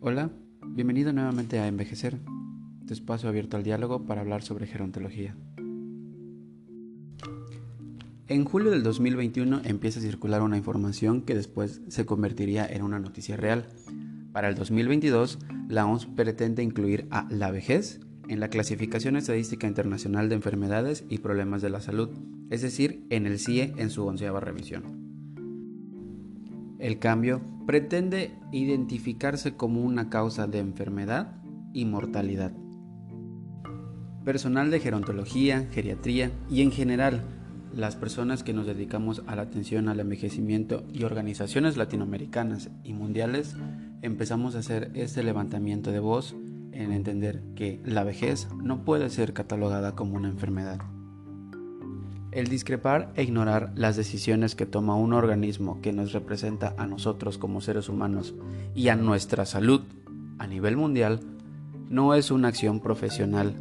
Hola, bienvenido nuevamente a Envejecer, tu espacio abierto al diálogo para hablar sobre gerontología. En julio del 2021 empieza a circular una información que después se convertiría en una noticia real. Para el 2022, la OMS pretende incluir a la vejez en la Clasificación Estadística Internacional de Enfermedades y Problemas de la Salud, es decir, en el CIE en su 11ª revisión. El cambio pretende identificarse como una causa de enfermedad y mortalidad. Personal de gerontología, geriatría y en general las personas que nos dedicamos a la atención al envejecimiento y organizaciones latinoamericanas y mundiales empezamos a hacer este levantamiento de voz en entender que la vejez no puede ser catalogada como una enfermedad. El discrepar e ignorar las decisiones que toma un organismo que nos representa a nosotros como seres humanos y a nuestra salud a nivel mundial no es una acción profesional.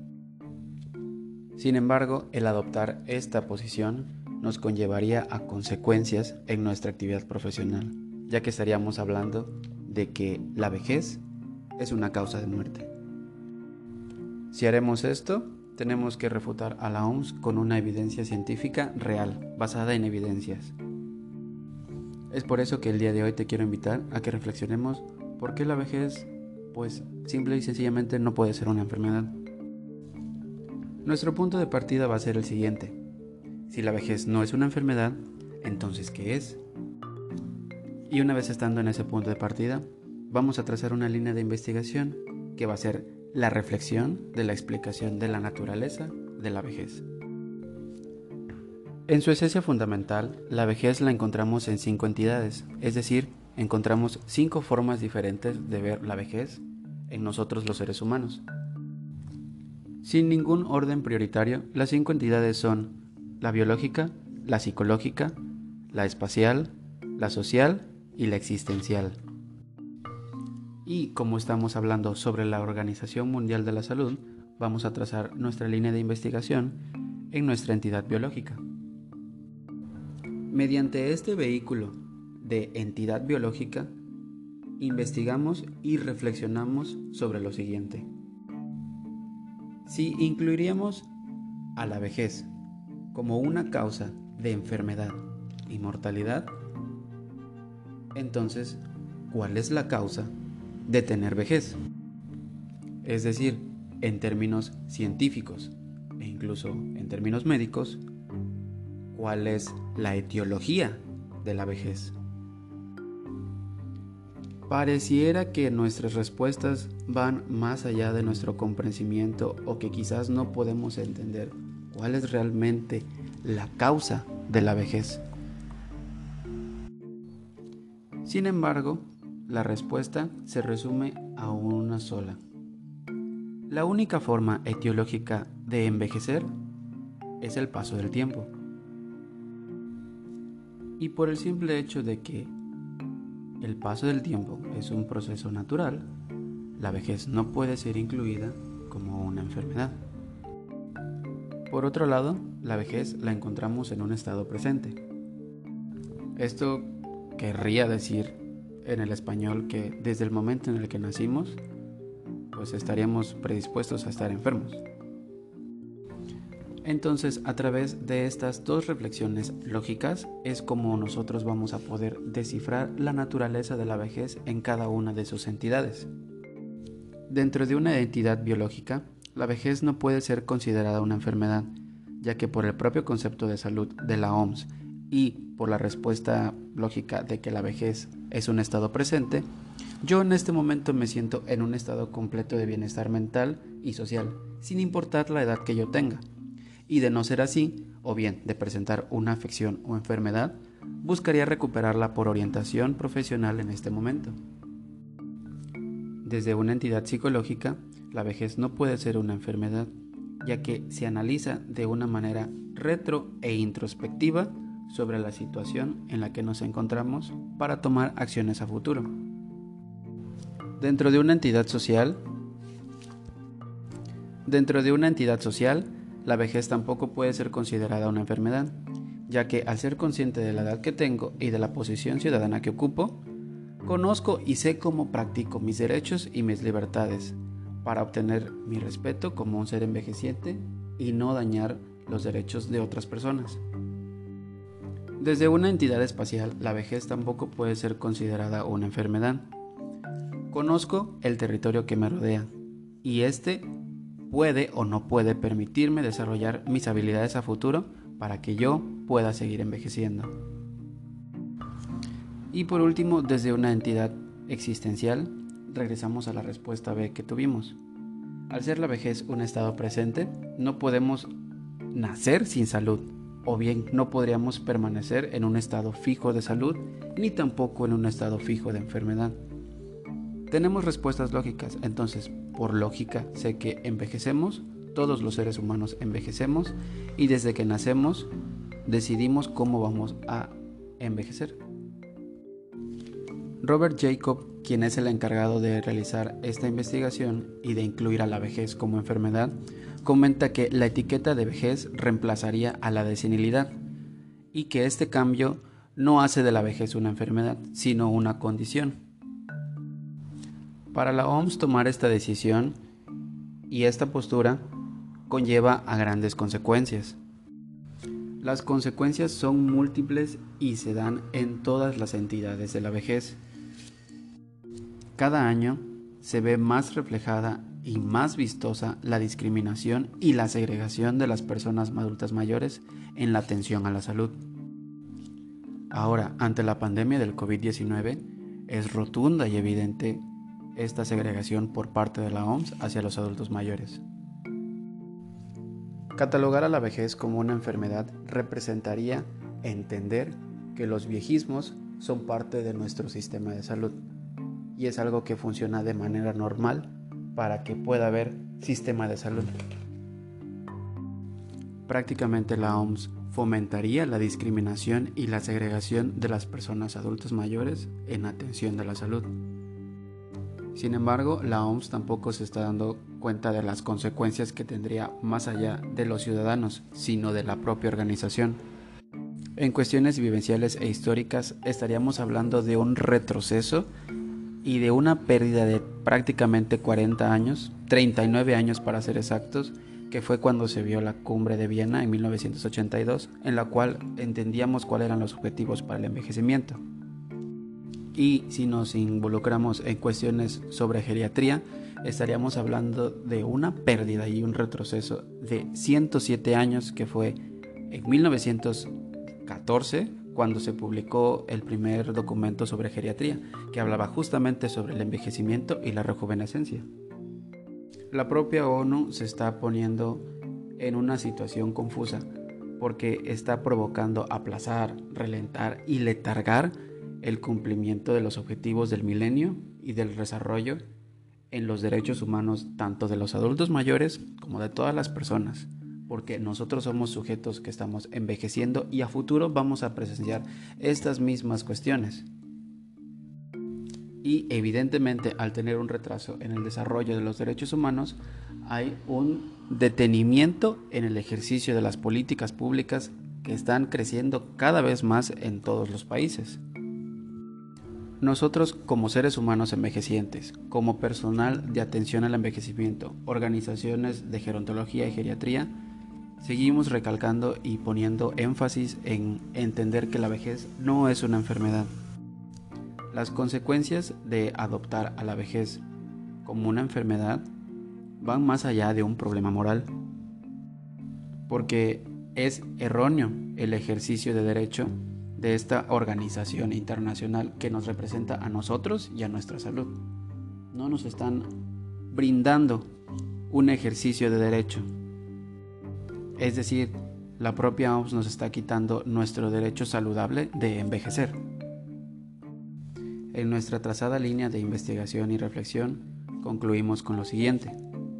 Sin embargo, el adoptar esta posición nos conllevaría a consecuencias en nuestra actividad profesional, ya que estaríamos hablando de que la vejez es una causa de muerte. Si haremos esto, tenemos que refutar a la OMS con una evidencia científica real, basada en evidencias. Es por eso que el día de hoy te quiero invitar a que reflexionemos por qué la vejez, pues simple y sencillamente no puede ser una enfermedad. Nuestro punto de partida va a ser el siguiente. Si la vejez no es una enfermedad, entonces ¿qué es? Y una vez estando en ese punto de partida, vamos a trazar una línea de investigación que va a ser la reflexión de la explicación de la naturaleza de la vejez. En su esencia fundamental, la vejez la encontramos en 5 entidades, es decir, encontramos 5 formas diferentes de ver la vejez en nosotros los seres humanos. Sin ningún orden prioritario, las 5 entidades son la biológica, la psicológica, la espacial, la social y la existencial. Y como estamos hablando sobre la Organización Mundial de la Salud, vamos a trazar nuestra línea de investigación en nuestra entidad biológica. Mediante este vehículo de entidad biológica, investigamos y reflexionamos sobre lo siguiente. Si incluiríamos a la vejez como una causa de enfermedad y mortalidad, entonces, ¿cuál es la causa de tener vejez? Es decir, en términos científicos e incluso en términos médicos, ¿cuál es la etiología de la vejez? Pareciera que nuestras respuestas van más allá de nuestro comprendimiento o que quizás no podemos entender cuál es realmente la causa de la vejez. Sin embargo, la respuesta se resume a una sola. La única forma etiológica de envejecer es el paso del tiempo. Y por el simple hecho de que el paso del tiempo es un proceso natural, la vejez no puede ser incluida como una enfermedad. Por otro lado, la vejez la encontramos en un estado presente. Esto querría decir en el español que desde el momento en el que nacimos, pues estaríamos predispuestos a estar enfermos. Entonces, a través de estas 2 reflexiones lógicas es como nosotros vamos a poder descifrar la naturaleza de la vejez en cada una de sus entidades. Dentro de una entidad biológica, la vejez no puede ser considerada una enfermedad, ya que por el propio concepto de salud de la OMS y por la respuesta lógica de que la vejez es un estado presente, yo en este momento me siento en un estado completo de bienestar mental y social, sin importar la edad que yo tenga. Y de no ser así, o bien de presentar una afección o enfermedad, buscaría recuperarla por orientación profesional en este momento. Desde una entidad psicológica, la vejez no puede ser una enfermedad, ya que se analiza de una manera retro e introspectiva sobre la situación en la que nos encontramos para tomar acciones a futuro. Dentro de una entidad social, la vejez tampoco puede ser considerada una enfermedad, ya que al ser consciente de la edad que tengo y de la posición ciudadana que ocupo, Conozco y sé cómo practico mis derechos y mis libertades para obtener mi respeto como un ser envejeciente y no dañar los derechos de otras personas. Desde una entidad espacial, la vejez tampoco puede ser considerada una enfermedad. Conozco el territorio que me rodea y este puede o no puede permitirme desarrollar mis habilidades a futuro para que yo pueda seguir envejeciendo. Y por último, desde una entidad existencial, regresamos a la respuesta B que tuvimos. Al ser la vejez un estado presente, no podemos nacer sin salud, o bien no podríamos permanecer en un estado fijo de salud, ni tampoco en un estado fijo de enfermedad. Tenemos respuestas lógicas, entonces, por lógica, sé que envejecemos, todos los seres humanos envejecemos, y desde que nacemos decidimos cómo vamos a envejecer. Robert Jacob, quien es el encargado de realizar esta investigación y de incluir a la vejez como enfermedad, comenta que la etiqueta de vejez reemplazaría a la de senilidad y que este cambio no hace de la vejez una enfermedad, sino una condición. Para la OMS tomar esta decisión y esta postura conlleva a grandes consecuencias. Las consecuencias son múltiples y se dan en todas las entidades de la vejez. Cada año se ve más reflejada y más vistosa la discriminación y la segregación de las personas adultas mayores en la atención a la salud. Ahora, ante la pandemia del COVID-19, es rotunda y evidente esta segregación por parte de la OMS hacia los adultos mayores. Catalogar a la vejez como una enfermedad representaría entender que los viejismos son parte de nuestro sistema de salud y es algo que funciona de manera normal para que pueda haber sistema de salud. Prácticamente la OMS fomentaría la discriminación y la segregación de las personas adultas mayores en atención de la salud. Sin embargo, la OMS tampoco se está dando cuenta de las consecuencias que tendría más allá de los ciudadanos, sino de la propia organización. En cuestiones vivenciales e históricas estaríamos hablando de un retroceso y de una pérdida de prácticamente 40 años, 39 años para ser exactos, que fue cuando se vio la cumbre de Viena en 1982, en la cual entendíamos cuáles eran los objetivos para el envejecimiento. Y si nos involucramos en cuestiones sobre geriatría, estaríamos hablando de una pérdida y un retroceso de 107 años, que fue en 1914 cuando se publicó el primer documento sobre geriatría, que hablaba justamente sobre el envejecimiento y la rejuvenescencia. La propia ONU se está poniendo en una situación confusa porque está provocando aplazar, relentar y letargar el cumplimiento de los objetivos del milenio y del desarrollo en los derechos humanos tanto de los adultos mayores como de todas las personas, porque nosotros somos sujetos que estamos envejeciendo y a futuro vamos a presenciar estas mismas cuestiones. Y evidentemente, al tener un retraso en el desarrollo de los derechos humanos, hay un detenimiento en el ejercicio de las políticas públicas que están creciendo cada vez más en todos los países. Nosotros, como seres humanos envejecientes, como personal de atención al envejecimiento, organizaciones de gerontología y geriatría, seguimos recalcando y poniendo énfasis en entender que la vejez no es una enfermedad. Las consecuencias de adoptar a la vejez como una enfermedad van más allá de un problema moral, porque es erróneo el ejercicio de derecho de esta organización internacional que nos representa a nosotros y a nuestra salud. No nos están brindando un ejercicio de derecho. Es decir, la propia OMS nos está quitando nuestro derecho saludable de envejecer. En nuestra trazada línea de investigación y reflexión, concluimos con lo siguiente.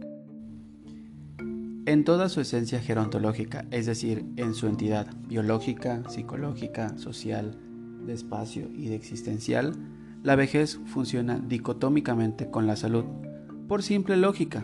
En toda su esencia gerontológica, es decir, en su entidad biológica, psicológica, social, de espacio y de existencial, la vejez funciona dicotómicamente con la salud, por simple lógica.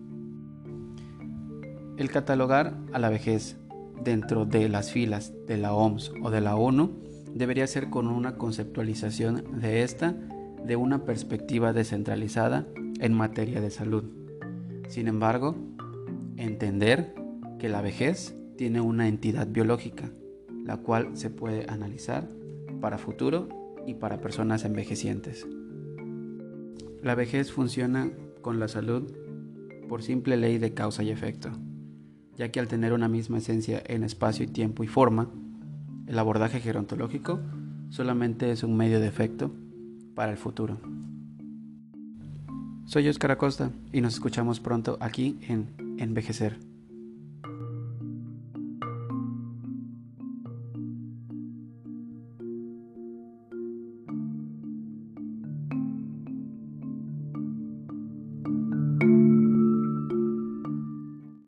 El catalogar a la vejez dentro de las filas de la OMS o de la ONU debería ser con una conceptualización de esta de una perspectiva descentralizada en materia de salud. Sin embargo, entender que la vejez tiene una entidad biológica, la cual se puede analizar para futuro y para personas envejecientes. La vejez funciona con la salud por simple ley de causa y efecto, ya que al tener una misma esencia en espacio y tiempo y forma, el abordaje gerontológico solamente es un medio de efecto para el futuro. Soy Óscar Acosta y nos escuchamos pronto aquí en Envejecer.